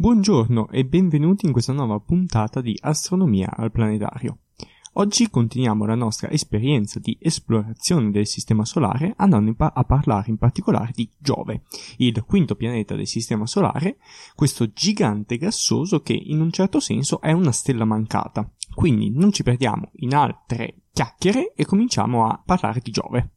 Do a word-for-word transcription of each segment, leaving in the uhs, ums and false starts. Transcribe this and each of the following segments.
Buongiorno e benvenuti in questa nuova puntata di Astronomia al Planetario. Oggi continuiamo la nostra esperienza di esplorazione del Sistema Solare andando a parlare in particolare di Giove, il quinto pianeta del Sistema Solare, questo gigante gassoso che in un certo senso è una stella mancata. Quindi non ci perdiamo in altre chiacchiere e cominciamo a parlare di Giove.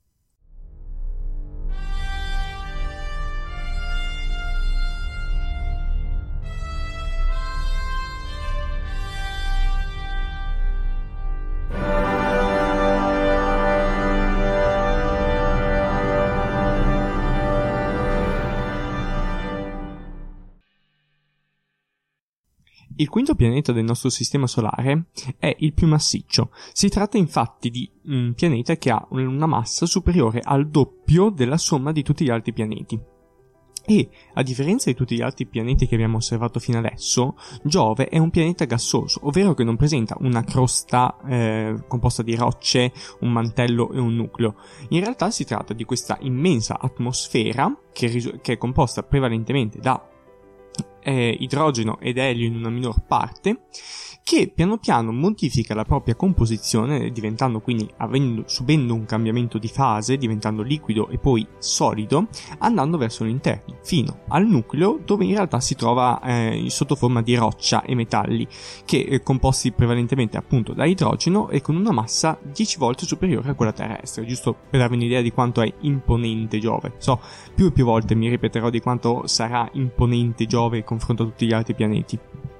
Il quinto pianeta del nostro Sistema Solare è il più massiccio. Si tratta infatti di un pianeta che ha una massa superiore al doppio della somma di tutti gli altri pianeti. E, a differenza di tutti gli altri pianeti che abbiamo osservato fino adesso, Giove è un pianeta gassoso, ovvero che non presenta una crosta eh, composta di rocce, un mantello e un nucleo. In realtà si tratta di questa immensa atmosfera che, ris- che è composta prevalentemente da Eh, idrogeno ed elio in una minor parte, che piano piano modifica la propria composizione, diventando quindi, avendo, subendo un cambiamento di fase, diventando liquido e poi solido, andando verso l'interno, fino al nucleo, dove in realtà si trova eh, sotto forma di roccia e metalli, che è composti prevalentemente appunto da idrogeno e con una massa dieci volte superiore a quella terrestre, giusto per darvi un'idea di quanto è imponente Giove. So, più e più volte mi ripeterò di quanto sarà imponente Giove in confronto a tutti gli altri pianeti.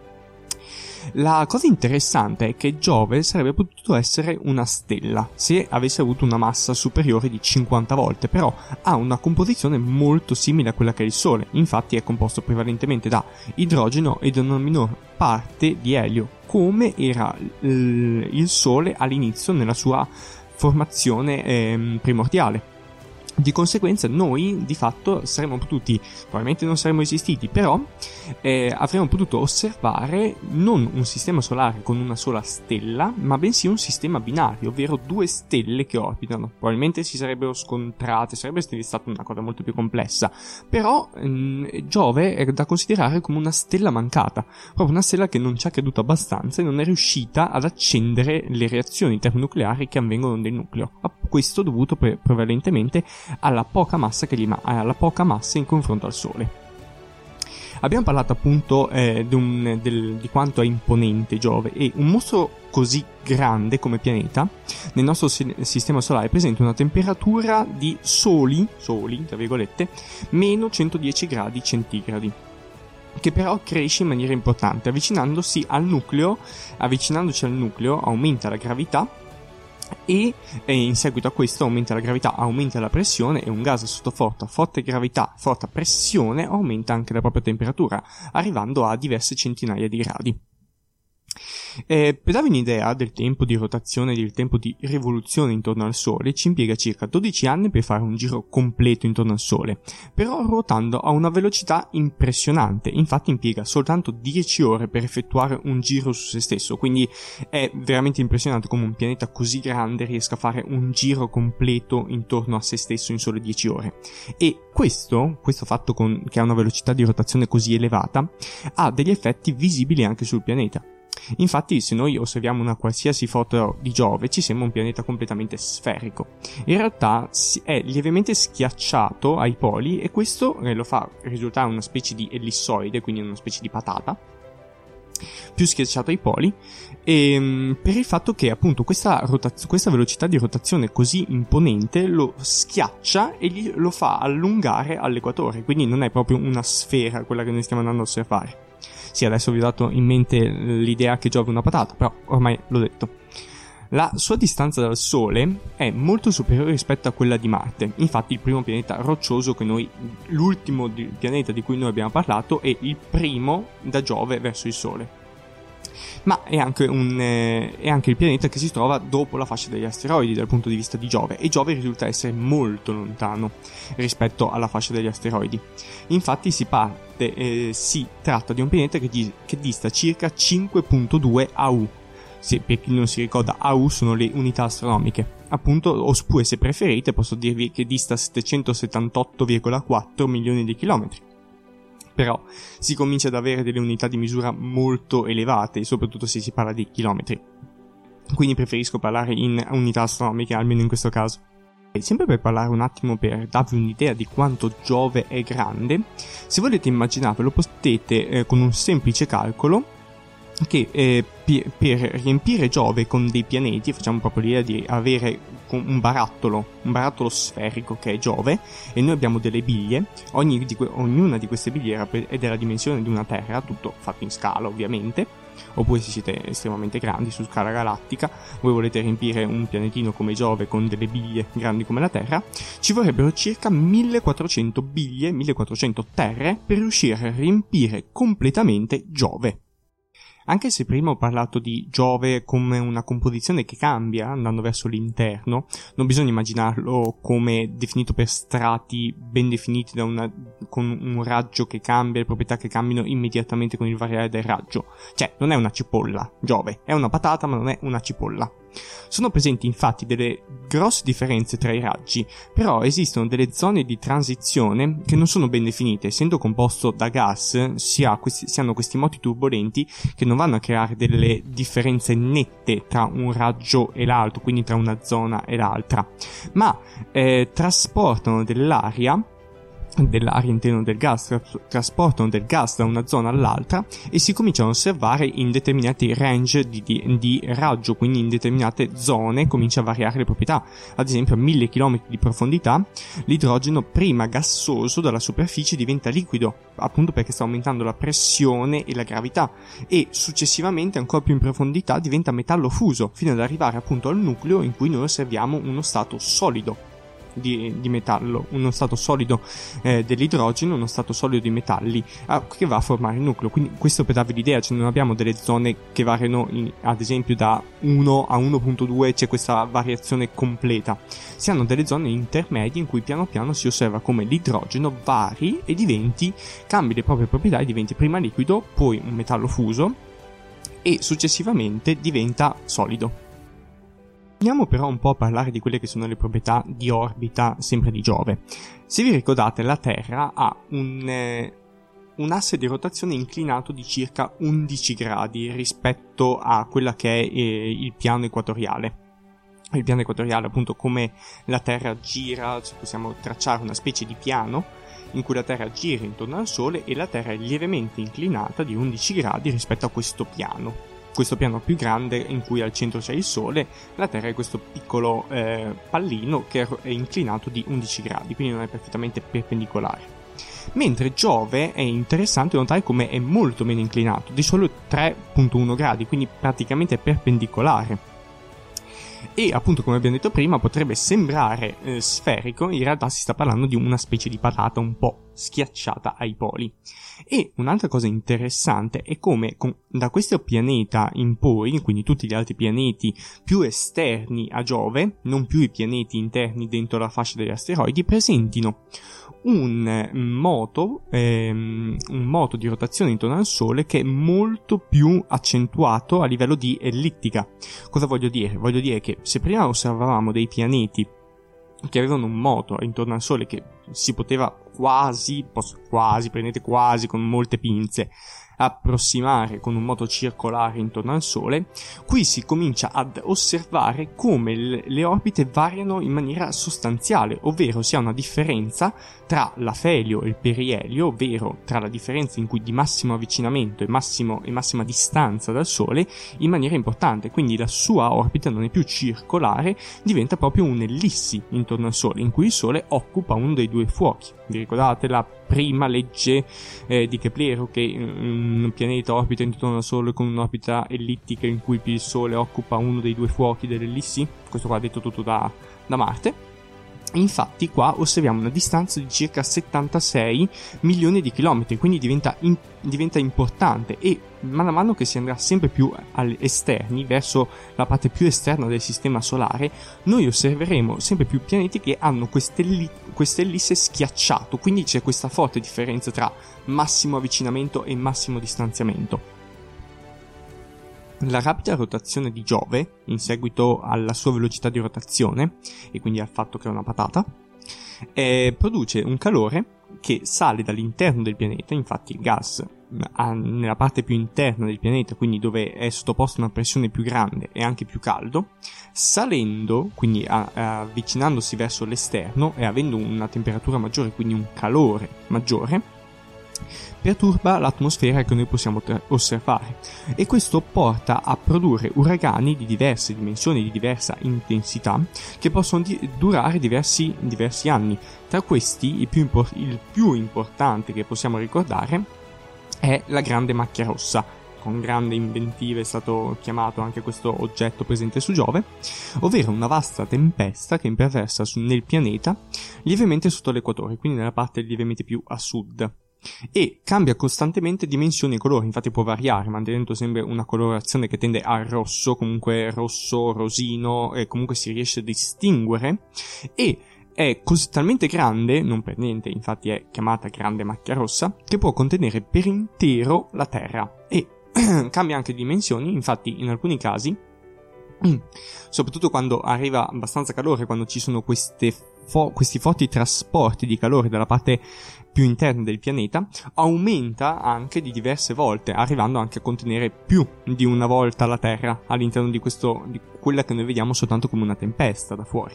La cosa interessante è che Giove sarebbe potuto essere una stella se avesse avuto una massa superiore di cinquanta volte, però ha una composizione molto simile a quella che è il Sole. Infatti è composto prevalentemente da idrogeno ed una minor parte di elio, come era il Sole all'inizio nella sua formazione eh, primordiale. Di conseguenza noi di fatto saremmo potuti, probabilmente non saremmo esistiti, però eh, avremmo potuto osservare non un sistema solare con una sola stella, ma bensì un sistema binario, ovvero due stelle che orbitano. Probabilmente si sarebbero scontrate, sarebbe stata una cosa molto più complessa, però ehm, Giove è da considerare come una stella mancata, proprio una stella che non ci ha creduto abbastanza e non è riuscita ad accendere le reazioni termonucleari che avvengono nel nucleo. Questo dovuto pre- prevalentemente alla poca massa che gli ma- alla poca massa in confronto al Sole. Abbiamo parlato appunto eh, di, un, del, di quanto è imponente Giove, e un mostro così grande come pianeta nel nostro si- sistema solare presenta una temperatura di soli, soli tra virgolette, meno centodieci gradi centigradi, che però cresce in maniera importante. Avvicinandosi al nucleo, avvicinandoci al nucleo aumenta la gravità, e in seguito a questo aumenta la gravità, aumenta la pressione, e un gas sotto forte, forte gravità, forte pressione aumenta anche la propria temperatura, arrivando a diverse centinaia di gradi. Eh, per darvi un'idea del tempo di rotazione e del tempo di rivoluzione intorno al Sole, ci impiega circa dodici anni per fare un giro completo intorno al Sole, però ruotando a una velocità impressionante. Infatti impiega soltanto dieci ore per effettuare un giro su se stesso, quindi è veramente impressionante come un pianeta così grande riesca a fare un giro completo intorno a se stesso in sole dieci ore. E questo, questo fatto con, che ha una velocità di rotazione così elevata, ha degli effetti visibili anche sul pianeta. Infatti, se noi osserviamo una qualsiasi foto di Giove, ci sembra un pianeta completamente sferico. In realtà è lievemente schiacciato ai poli, e questo lo fa risultare una specie di ellissoide, quindi una specie di patata, più schiacciato ai poli, e per il fatto che appunto questa, rotaz- questa velocità di rotazione così imponente lo schiaccia e gli lo fa allungare all'equatore, quindi non è proprio una sfera quella che noi stiamo andando a osservare. Sì, adesso vi ho dato in mente l'idea che Giove è una patata, però ormai l'ho detto. La sua distanza dal Sole è molto superiore rispetto a quella di Marte. Infatti il primo pianeta roccioso che noi, l'ultimo di, pianeta di cui noi abbiamo parlato, è il primo da Giove verso il Sole. Ma è anche, un, eh, è anche il pianeta che si trova dopo la fascia degli asteroidi dal punto di vista di Giove, e Giove risulta essere molto lontano rispetto alla fascia degli asteroidi. Infatti si parte, eh, si tratta di un pianeta che, di, che dista circa cinque virgola due A U. Se per chi non si ricorda, A U sono le unità astronomiche. Appunto, oppure se preferite posso dirvi che dista settecentosettantotto virgola quattro milioni di chilometri, però si comincia ad avere delle unità di misura molto elevate, soprattutto se si parla di chilometri. Quindi preferisco parlare in unità astronomiche, almeno in questo caso. E sempre per parlare un attimo, per darvi un'idea di quanto Giove è grande, se volete immaginarvelo potete eh, con un semplice calcolo che eh, pi- per riempire Giove con dei pianeti, facciamo proprio l'idea di avere un barattolo, un barattolo sferico che è Giove, e noi abbiamo delle biglie, ogni di que- ognuna di queste biglie è della dimensione di una Terra, tutto fatto in scala ovviamente. Oppure se siete estremamente grandi su scala galattica, voi volete riempire un pianetino come Giove con delle biglie grandi come la Terra, ci vorrebbero circa millequattrocento biglie, millequattrocento terre per riuscire a riempire completamente Giove. Anche se prima ho parlato di Giove come una composizione che cambia andando verso l'interno, non bisogna immaginarlo come definito per strati ben definiti da una, con un raggio che cambia, le proprietà che cambiano immediatamente con il variare del raggio. Cioè, non è una cipolla, Giove, è una patata ma non è una cipolla. Sono presenti infatti delle grosse differenze tra i raggi, però esistono delle zone di transizione che non sono ben definite. Essendo composto da gas, si, ha questi, si hanno questi moti turbolenti che non vanno a creare delle differenze nette tra un raggio e l'altro, quindi tra una zona e l'altra, ma eh, trasportano dell'aria dell'aria interno del gas, tra- trasportano del gas da una zona all'altra e si cominciano a osservare in determinati range di, di, di raggio, quindi in determinate zone comincia a variare le proprietà. Ad esempio a mille chilometri di profondità l'idrogeno prima gassoso dalla superficie diventa liquido, appunto perché sta aumentando la pressione e la gravità, e successivamente ancora più in profondità diventa metallo fuso, fino ad arrivare appunto al nucleo in cui noi osserviamo uno stato solido Di, di metallo, uno stato solido eh, dell'idrogeno, uno stato solido di metalli eh, che va a formare il nucleo. Quindi questo per darvi l'idea, cioè non abbiamo delle zone che variano in, ad esempio da uno a uno virgola due c'è questa variazione completa, si hanno delle zone intermedie in cui piano piano si osserva come l'idrogeno vari e diventi, cambi le proprie proprietà e diventi prima liquido, poi un metallo fuso e successivamente diventa solido. Andiamo però un po' a parlare di quelle che sono le proprietà di orbita sempre di Giove. Se vi ricordate, la Terra ha un, eh, un asse di rotazione inclinato di circa undici gradi rispetto a quella che è eh, il piano equatoriale. Il piano equatoriale, appunto, come la Terra gira, cioè possiamo tracciare una specie di piano in cui la Terra gira intorno al Sole e la Terra è lievemente inclinata di undici gradi rispetto a questo piano. Questo piano più grande in cui al centro c'è il Sole, la Terra è questo piccolo eh, pallino che è inclinato di undici gradi, quindi non è perfettamente perpendicolare. Mentre Giove è interessante notare come è molto meno inclinato, di solo tre virgola uno gradi, quindi praticamente perpendicolare. E appunto, come abbiamo detto prima, potrebbe sembrare eh, sferico, in realtà si sta parlando di una specie di patata un po' schiacciata ai poli. E un'altra cosa interessante è come con, da questo pianeta in poi, quindi tutti gli altri pianeti più esterni a Giove, non più i pianeti interni dentro la fascia degli asteroidi, presentino un moto, ehm, un moto di rotazione intorno al Sole che è molto più accentuato a livello di ellittica. Cosa voglio dire? Voglio dire che se prima osservavamo dei pianeti che avevano un moto intorno al Sole che si poteva quasi, quasi, prendete quasi con molte pinze, approssimare con un moto circolare intorno al Sole, qui si comincia ad osservare come le orbite variano in maniera sostanziale, ovvero si ha una differenza tra l'afelio e il perielio, ovvero tra la differenza in cui di massimo avvicinamento e, massimo, e massima distanza dal Sole in maniera importante, quindi la sua orbita non è più circolare, diventa proprio un'ellissi intorno al Sole, in cui il Sole occupa uno dei due fuochi. Vi ricordate la prima legge eh, di Keplero, che un pianeta orbita intorno al Sole con un'orbita ellittica in cui il Sole occupa uno dei due fuochi dell'ellissi? Questo qua è detto tutto da, da Marte. Infatti qua osserviamo una distanza di circa settantasei milioni di chilometri, quindi diventa, in, diventa importante, e man mano che si andrà sempre più agli esterni, verso la parte più esterna del sistema solare, noi osserveremo sempre più pianeti che hanno quest'ellisse schiacciato, quindi c'è questa forte differenza tra massimo avvicinamento e massimo distanziamento. La rapida rotazione di Giove, in seguito alla sua velocità di rotazione, e quindi al fatto che è una patata, eh, produce un calore che sale dall'interno del pianeta. Infatti il gas nella parte più interna del pianeta, quindi dove è sottoposto a una pressione più grande, è anche più caldo, salendo, quindi a, a, avvicinandosi verso l'esterno e avendo una temperatura maggiore, quindi un calore maggiore, perturba l'atmosfera che noi possiamo tra- osservare, e questo porta a produrre uragani di diverse dimensioni, di diversa intensità, che possono di- durare diversi, diversi anni. Tra questi il più, impor- il più importante che possiamo ricordare è la grande macchia rossa. Con grande inventiva è stato chiamato anche questo oggetto presente su Giove, ovvero una vasta tempesta che imperversa su, nel pianeta lievemente sotto l'equatore, quindi nella parte lievemente più a sud, e cambia costantemente dimensioni e colori. Infatti può variare mantenendo sempre una colorazione che tende al rosso, comunque rosso, rosino, e comunque si riesce a distinguere, e è così talmente grande, non per niente infatti è chiamata grande macchia rossa, che può contenere per intero la Terra, e cambia anche dimensioni. Infatti in alcuni casi, soprattutto quando arriva abbastanza calore, quando ci sono queste fo- questi forti trasporti di calore dalla parte più interna del pianeta, aumenta anche di diverse volte, arrivando anche a contenere più di una volta la Terra all'interno di questo, di quella che noi vediamo soltanto come una tempesta da fuori.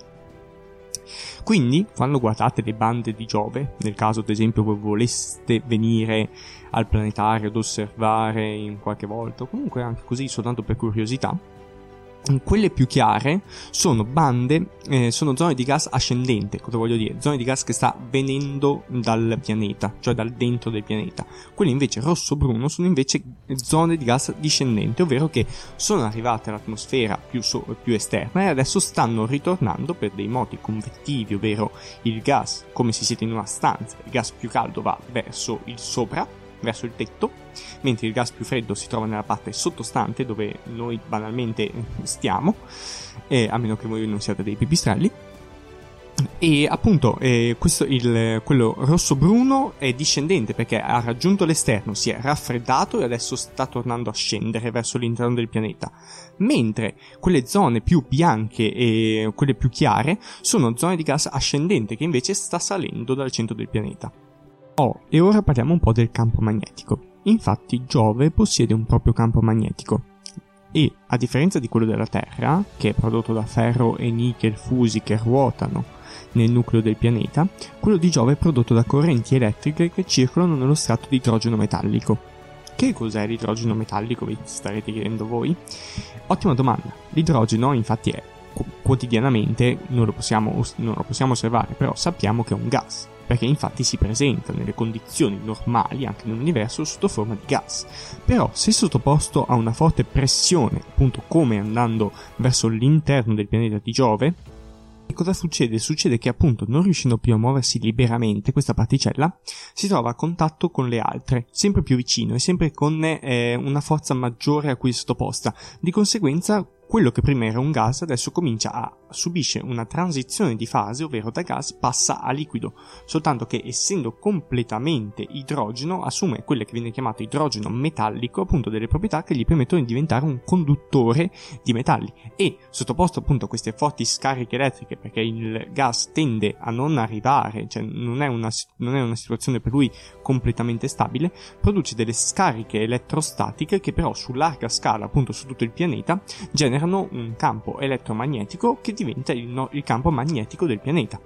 Quindi, quando guardate le bande di Giove, nel caso ad esempio voi voleste venire al planetario ad osservare in qualche volta, o comunque anche così soltanto per curiosità, quelle più chiare sono bande, eh, sono zone di gas ascendente. Cosa voglio dire? Zone di gas che sta venendo dal pianeta, cioè dal dentro del pianeta. Quelle invece rosso-bruno sono invece zone di gas discendente, ovvero che sono arrivate all'atmosfera più, so- più esterna e adesso stanno ritornando per dei moti convettivi, ovvero il gas, come se siete in una stanza, il gas più caldo va verso il sopra, verso il tetto, mentre il gas più freddo si trova nella parte sottostante dove noi banalmente stiamo, eh, a meno che voi non siate dei pipistrelli. E appunto eh, questo, il, quello rosso-bruno è discendente perché ha raggiunto l'esterno, si è raffreddato e adesso sta tornando a scendere verso l'interno del pianeta, mentre quelle zone più bianche e quelle più chiare sono zone di gas ascendente che invece sta salendo dal centro del pianeta. Oh, e ora parliamo un po' del campo magnetico. Infatti Giove possiede un proprio campo magnetico e, a differenza di quello della Terra, che è prodotto da ferro e nichel fusi che ruotano nel nucleo del pianeta, quello di Giove è prodotto da correnti elettriche che circolano nello strato di idrogeno metallico. Che cos'è l'idrogeno metallico, vi starete chiedendo voi? Ottima domanda. L'idrogeno infatti è quotidianamente, non lo possiamo, non lo possiamo osservare, però sappiamo che è un gas, perché infatti si presenta nelle condizioni normali anche nell'universo sotto forma di gas. Però se sottoposto a una forte pressione, appunto come andando verso l'interno del pianeta di Giove, e cosa succede? Succede che appunto non riuscendo più a muoversi liberamente questa particella si trova a contatto con le altre, sempre più vicino e sempre con eh, una forza maggiore a cui è sottoposta. Di conseguenza quello che prima era un gas adesso comincia a subisce una transizione di fase, ovvero da gas passa a liquido, soltanto che essendo completamente idrogeno assume quelle che viene chiamato idrogeno metallico, appunto delle proprietà che gli permettono di diventare un conduttore di metalli, e sottoposto appunto a queste forti scariche elettriche, perché il gas tende a non arrivare, cioè non è una, non è una situazione per lui completamente stabile, produce delle scariche elettrostatiche che però su larga scala, appunto su tutto il pianeta, generano un campo elettromagnetico che diventa il, no- il campo magnetico del pianeta.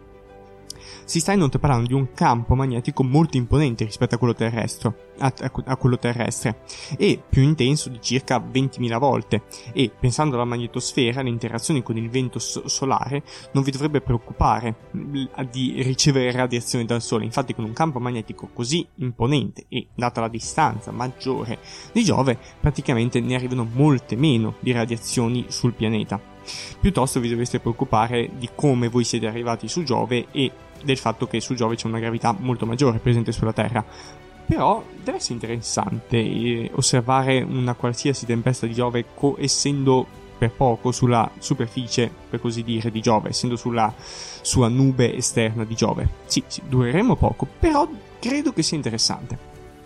Si sta inoltre parlando di un campo magnetico molto imponente rispetto a quello terrestre, a, a, a quello terrestre e più intenso di circa ventimila volte, e pensando alla magnetosfera, le interazioni con il vento so- solare non vi dovrebbe preoccupare l- di ricevere radiazioni dal Sole. Infatti con un campo magnetico così imponente e data la distanza maggiore di Giove, praticamente ne arrivano molte meno di radiazioni sul pianeta. Piuttosto vi dovreste preoccupare di come voi siete arrivati su Giove e del fatto che su Giove c'è una gravità molto maggiore presente sulla Terra. Però deve essere interessante eh, osservare una qualsiasi tempesta di Giove co- essendo per poco sulla superficie, per così dire, di Giove, essendo sulla sua nube esterna di Giove. Sì, sì, dureremo poco, però credo che sia interessante.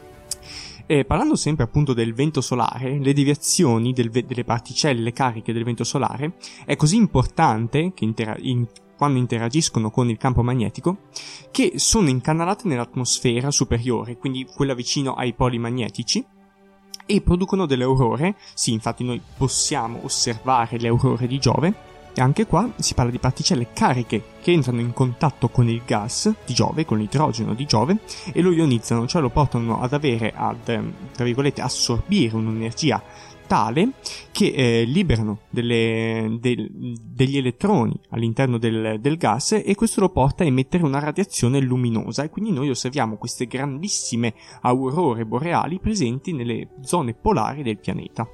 E parlando sempre appunto del vento solare, le deviazioni del ve- delle particelle cariche del vento solare è così importante che intera- in- quando interagiscono con il campo magnetico, che sono incanalate nell'atmosfera superiore, quindi quella vicino ai poli magnetici, e producono delle aurore. Sì, infatti noi possiamo osservare le aurore di Giove, e anche qua si parla di particelle cariche che entrano in contatto con il gas di Giove, con l'idrogeno di Giove, e lo ionizzano, cioè lo portano ad avere, ad, tra virgolette, assorbire un'energia tale che eh, liberano delle, del, degli elettroni all'interno del, del gas, e questo lo porta a emettere una radiazione luminosa, e quindi noi osserviamo queste grandissime aurore boreali presenti nelle zone polari del pianeta.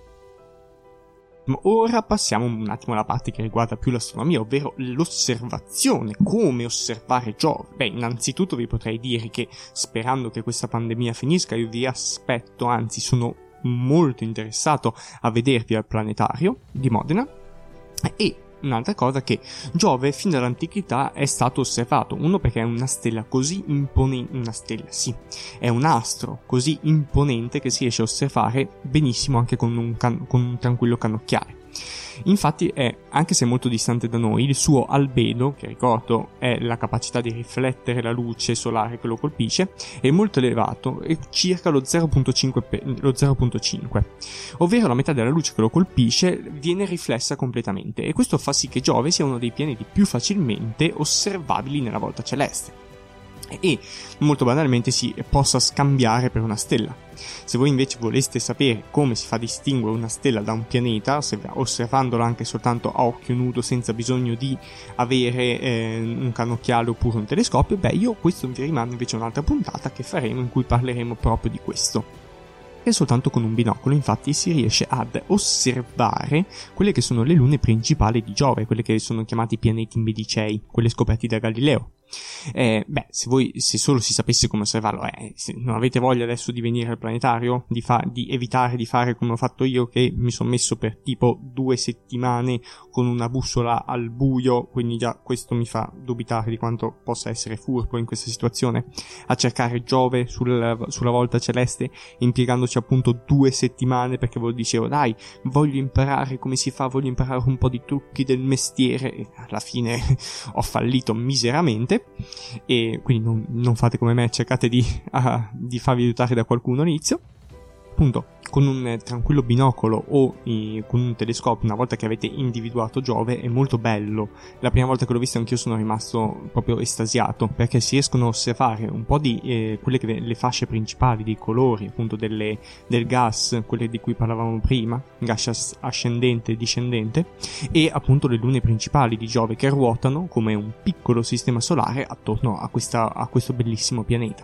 Ma ora passiamo un attimo alla parte che riguarda più l'astronomia, ovvero l'osservazione, come osservare Giove. Beh, innanzitutto vi potrei dire che, sperando che questa pandemia finisca, io vi aspetto, anzi sono molto interessato a vedervi al planetario di Modena. E un'altra cosa, che Giove fin dall'antichità è stato osservato, uno perché è una stella così imponente, una stella sì, è un astro così imponente che si riesce a osservare benissimo anche con un, can- con un tranquillo cannocchiale. Infatti è, anche se molto distante da noi, il suo albedo, che ricordo è la capacità di riflettere la luce solare che lo colpisce, è molto elevato, è circa lo zero virgola cinque, lo zero virgola cinque, ovvero la metà della luce che lo colpisce viene riflessa completamente, e questo fa sì che Giove sia uno dei pianeti più facilmente osservabili nella volta celeste, e molto banalmente si possa scambiare per una stella. Se voi invece voleste sapere come si fa a distinguere una stella da un pianeta, osservandola anche soltanto a occhio nudo, senza bisogno di avere eh, un cannocchiale oppure un telescopio, beh, io questo vi rimando invece un'altra puntata che faremo, in cui parleremo proprio di questo. E soltanto con un binocolo infatti si riesce ad osservare quelle che sono le lune principali di Giove, quelle che sono chiamati pianeti medicei, quelle scoperti da Galileo. Eh, beh, se voi, se solo si sapesse come osservarlo, eh, se non avete voglia adesso di venire al planetario, di, fa- di evitare di fare come ho fatto io, che mi sono messo per tipo due settimane con una bussola al buio, quindi già questo mi fa dubitare di quanto possa essere furbo in questa situazione, a cercare Giove sul, sulla volta celeste, impiegandoci appunto due settimane, perché ve lo dicevo, dai, voglio imparare come si fa, voglio imparare un po' di trucchi del mestiere, e alla fine ho fallito miseramente. E quindi non, non fate come me, cercate di, uh, di farvi aiutare da qualcuno all'inizio. Appunto, con un eh, tranquillo binocolo o eh, con un telescopio, una volta che avete individuato Giove, è molto bello. La prima volta che l'ho visto anch'io sono rimasto proprio estasiato, perché si riescono a osservare un po' di eh, quelle che le fasce principali dei colori, appunto delle, del gas, quelle di cui parlavamo prima, gas ascendente e discendente, e appunto le lune principali di Giove che ruotano come un piccolo sistema solare attorno a, questa, a questo bellissimo pianeta.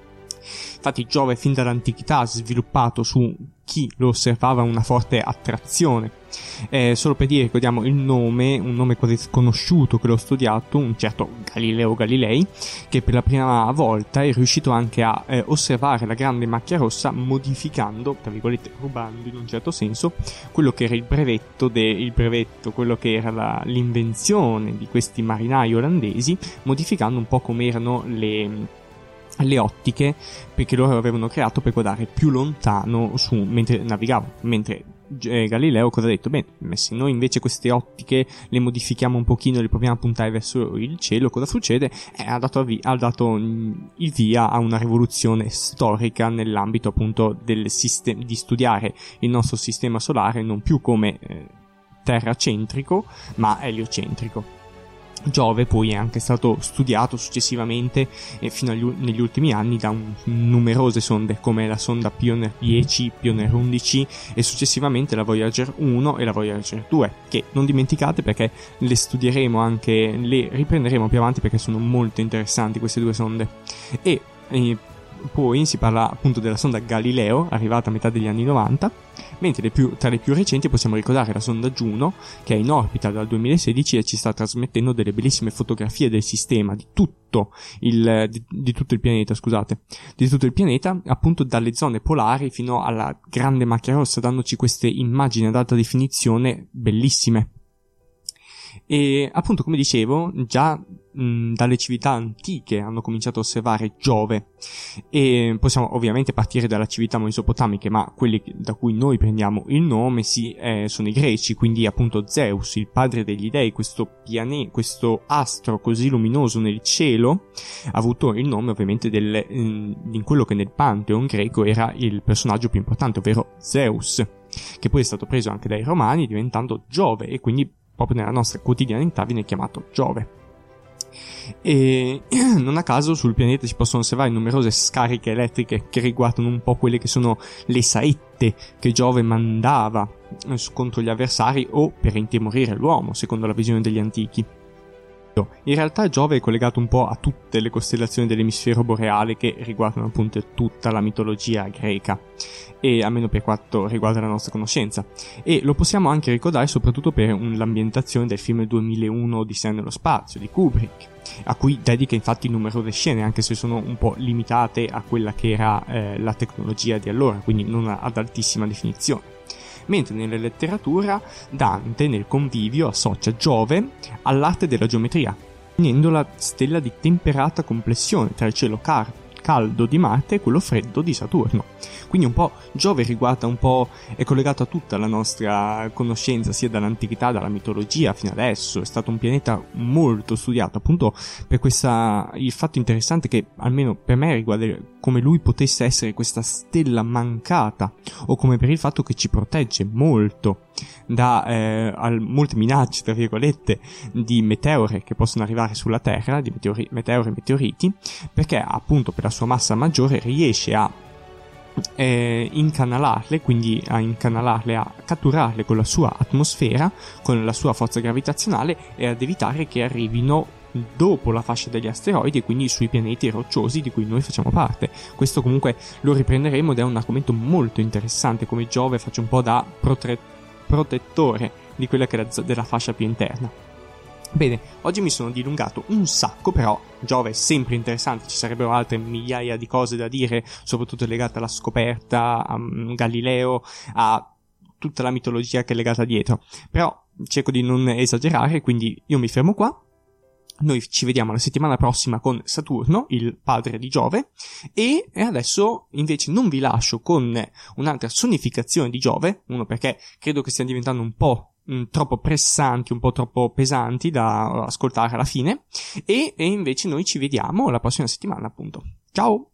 Infatti Giove fin dall'antichità ha sviluppato su chi lo osservava una forte attrazione. Eh, solo per dire, ricordiamo il nome, un nome quasi sconosciuto che l'ho studiato, un certo Galileo Galilei, che per la prima volta è riuscito anche a eh, osservare la grande macchia rossa modificando, tra virgolette rubando in un certo senso, quello che era il brevetto, de, il brevetto quello che era la, l'invenzione di questi marinai olandesi, modificando un po' come erano le... le ottiche, perché loro avevano creato per guardare più lontano su mentre navigavano, mentre eh, Galileo cosa ha detto? Beh, se noi invece queste ottiche le modifichiamo un pochino e le proviamo a puntare verso il cielo, cosa succede? Eh, ha dato, avvi- ha dato il via a una rivoluzione storica nell'ambito appunto del sistema, di studiare il nostro sistema solare non più come eh, terracentrico ma eliocentrico. Giove poi è anche stato studiato successivamente e fino agli, negli ultimi anni da un, numerose sonde come la sonda Pioneer dieci, Pioneer undici e successivamente la Voyager uno e la Voyager due, che non dimenticate perché le studieremo anche, le riprenderemo più avanti perché sono molto interessanti queste due sonde. E, e poi si parla appunto della sonda Galileo, arrivata a metà degli anni novanta, mentre le più, tra le più recenti possiamo ricordare la sonda Juno, che è in orbita dal duemilasedici e ci sta trasmettendo delle bellissime fotografie del sistema, di tutto il, di, di tutto il pianeta, scusate, di tutto il pianeta, appunto dalle zone polari fino alla grande macchia rossa, dandoci queste immagini ad alta definizione bellissime. E appunto, come dicevo, già mh, dalle civiltà antiche hanno cominciato a osservare Giove, e possiamo ovviamente partire dalla civiltà mesopotamiche, ma quelli da cui noi prendiamo il nome sì, eh, sono i greci, quindi appunto Zeus, il padre degli dei, questo pianeta, questo astro così luminoso nel cielo, ha avuto il nome ovviamente del, in quello che nel Pantheon greco era il personaggio più importante, ovvero Zeus, che poi è stato preso anche dai romani diventando Giove, e quindi proprio nella nostra quotidianità viene chiamato Giove. E non a caso sul pianeta si possono osservare numerose scariche elettriche che riguardano un po' quelle che sono le saette che Giove mandava contro gli avversari o per intimorire l'uomo, secondo la visione degli antichi. In realtà Giove è collegato un po' a tutte le costellazioni dell'emisfero boreale che riguardano appunto tutta la mitologia greca, e almeno per quanto riguarda la nostra conoscenza, e lo possiamo anche ricordare soprattutto per l'ambientazione del film duemilauno Odissea nello spazio di Kubrick, a cui dedica infatti numerose scene, anche se sono un po' limitate a quella che era eh, la tecnologia di allora, quindi non ad altissima definizione. Mentre nella letteratura Dante nel Convivio associa Giove all'arte della geometria, unendo la stella di temperata complessione tra il cielo car- caldo di Marte e quello freddo di Saturno. Quindi un po' Giove riguarda un po', è collegato a tutta la nostra conoscenza, sia dall'antichità, dalla mitologia fino adesso. È stato un pianeta molto studiato, appunto per questa, il fatto interessante che almeno per me riguarda come lui potesse essere questa stella mancata, o come per il fatto che ci protegge molto da eh, al, molte minacce, tra virgolette, di meteore che possono arrivare sulla Terra, di meteori, meteori e meteoriti, perché appunto per la sua massa maggiore riesce a eh, incanalarle, quindi a incanalarle, a catturarle con la sua atmosfera, con la sua forza gravitazionale, e ad evitare che arrivino dopo la fascia degli asteroidi e quindi sui pianeti rocciosi di cui noi facciamo parte. Questo comunque lo riprenderemo ed è un argomento molto interessante, come Giove faccia un po' da protre- protettore di quella che è la, della fascia più interna. Bene, oggi mi sono dilungato un sacco, però Giove è sempre interessante, ci sarebbero altre migliaia di cose da dire, soprattutto legate alla scoperta, a Galileo, a tutta la mitologia che è legata dietro, però cerco di non esagerare, quindi io mi fermo qua. Noi ci vediamo la settimana prossima con Saturno, il padre di Giove, e adesso invece non vi lascio con un'altra sonificazione di Giove, uno perché credo che stiano diventando un po' mh, troppo pressanti, un po' troppo pesanti da ascoltare alla fine, e, e invece noi ci vediamo la prossima settimana, appunto. Ciao!